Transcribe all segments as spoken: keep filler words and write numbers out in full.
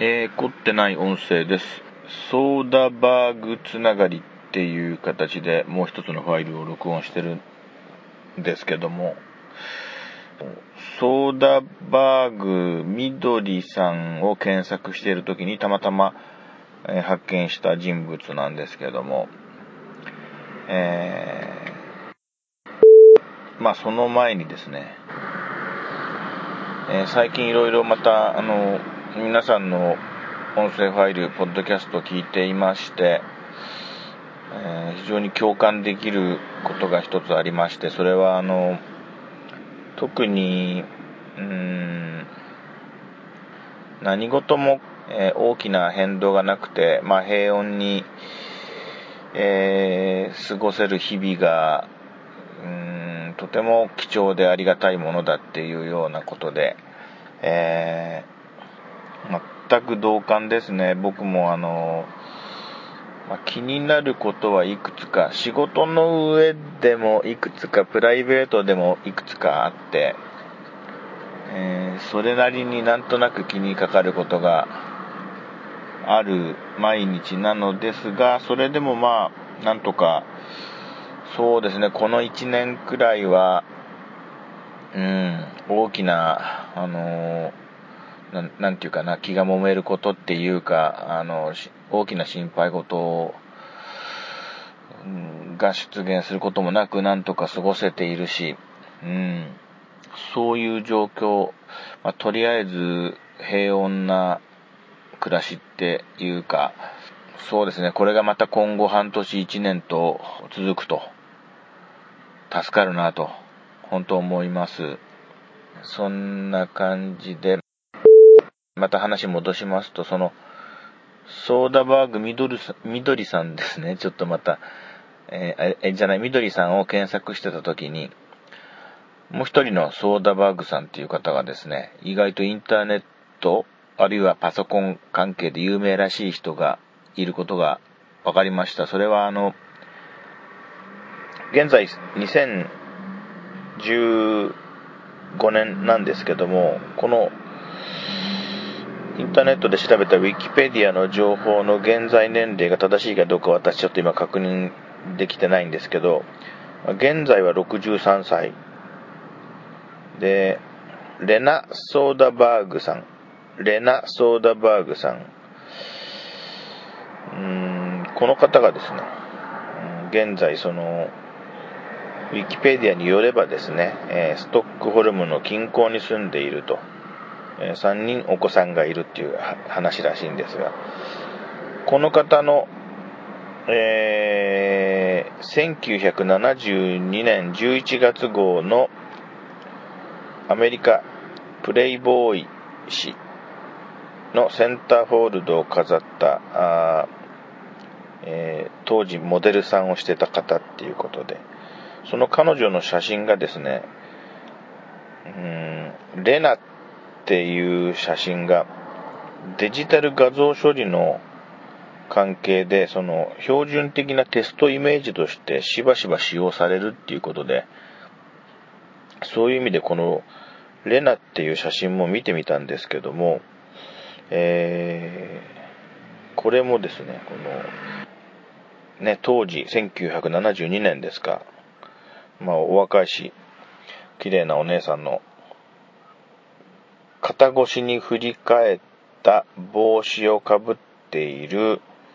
えー、凝ってない音声です。ソーダバーグつながりっていう形でもう一つのファイルを録音してるんですけども、ソーダバーグみどりさんを検索しているときにたまたま、えー、発見した人物なんですけども、えー、まあその前にですね、えー、最近いろいろまたあの皆さんの音声ファイル、ポッドキャストを聞いていまして、えー、非常に共感できることが一つありまして、それはあの特にうーん何事も、えー、大きな変動がなくて、まあ、平穏に、えー、過ごせる日々がうーんとても貴重でありがたいものだっていうようなことで、えー、全く同感ですね。僕もあの、まあ、気になることはいくつか、仕事の上でもいくつか、プライベートでもいくつかあって、えー、それなりになんとなく気にかかることがある毎日なのですが、それでもまあなんとか、そうですね、このいちねんくらいはうん大きなあのな, なんていうかな気が揉めることっていうか、あの大きな心配事が出現することもなくなんとか過ごせているし、うんそういう状況、まあ、とりあえず平穏な暮らしっていうか、そうですね、これがまた今後半年いちねんと続くと助かるなと本当思います。そんな感じで、また話戻しますと、そのソーダバーグみどりさん、みどりさんですね、ちょっとまた、えー、えじゃないみどりさんを検索してた時に、もう一人のソーダバーグさんっていう方がですね、意外とインターネットあるいはパソコン関係で有名らしい人がいることが分かりました。それはあの現在にせんじゅうごねんなんですけども、このインターネットで調べたウィキペディアの情報の現在年齢が正しいかどうか私ちょっと今確認できてないんですけど、現在はろくじゅうさんさいで、レナ・ソーダバーグさんレナ・ソーダバーグさん、うーんこの方がですね、現在そのウィキペディアによればですね、えー、ストックホルムの近郊に住んでいると、えー、さんにんお子さんがいるっていう話らしいんですが、この方の、えー、せんきゅうひゃくななじゅうにねんじゅういちがつ号のアメリカプレイボーイ誌のセンターフォールドを飾ったあ、えー、当時モデルさんをしてた方っていうことで、その彼女の写真がですね、うーんレナっていう写真がデジタル画像処理の関係で、その標準的なテストイメージとしてしばしば使用されるっていうことで、そういう意味でこのレナっていう写真も見てみたんですけども、えー、これもですね、このね当時せんきゅうひゃくななじゅうにねんですか、まあお若いし綺麗なお姉さんの肩越しに振り返った帽子をかぶっている、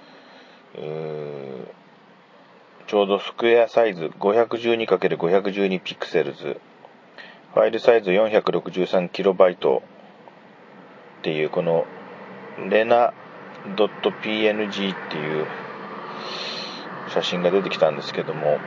ちょうどスクエアサイズ ごひゃくじゅうにかけるごひゃくじゅうに ピクセルズ、ファイルサイズ よんひゃくろくじゅうさんキロバイト っていうこのレナ .png っていう写真が出てきたんですけども、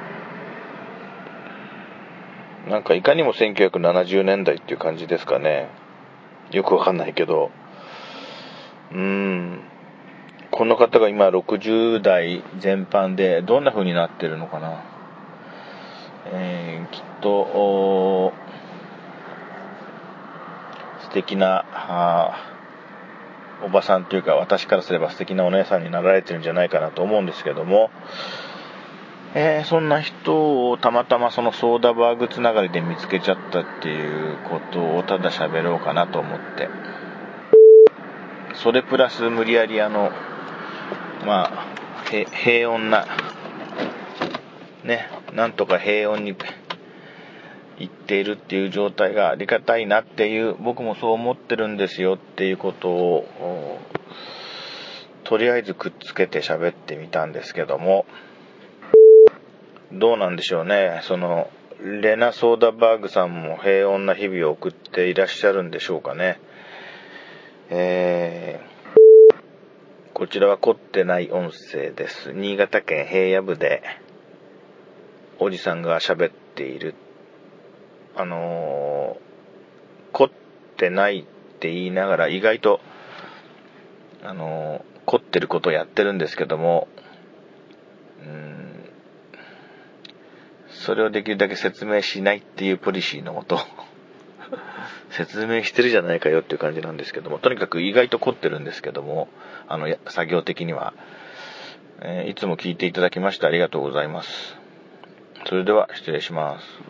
なんかいかにもせんきゅうひゃくななじゅうねんだいっていう感じですかね。よくわかんないけど、うーんこの方が今ろくじゅうだい全般でどんな風になってるのかな、えー、きっと素敵なおばさんというか、私からすれば素敵なお姉さんになられてるんじゃないかなと思うんですけども、えー、そんな人をたまたまそのソーダバーグつながりで見つけちゃったっていうことをただ喋ろうかなと思って、 それプラス無理やりあのまあへ平穏なね、なんとか平穏に行っているっていう状態がありがたいなっていう、僕もそう思ってるんですよっていうことをとりあえずくっつけて喋ってみたんですけども、どうなんでしょうね。そのレナ・ソーダバーグさんも平穏な日々を送っていらっしゃるんでしょうかね。えー、こちらは凝ってない音声です。新潟県平野部でおじさんが喋っている、あのー、凝ってないって言いながら意外とあのー、凝ってることをやってるんですけども、うーん、それをできるだけ説明しないっていうポリシーのもと説明してるじゃないかよっていう感じなんですけども、とにかく意外と凝ってるんですけども、あの作業的には、えー、いつも聞いていただきましてありがとうございます。それでは失礼します。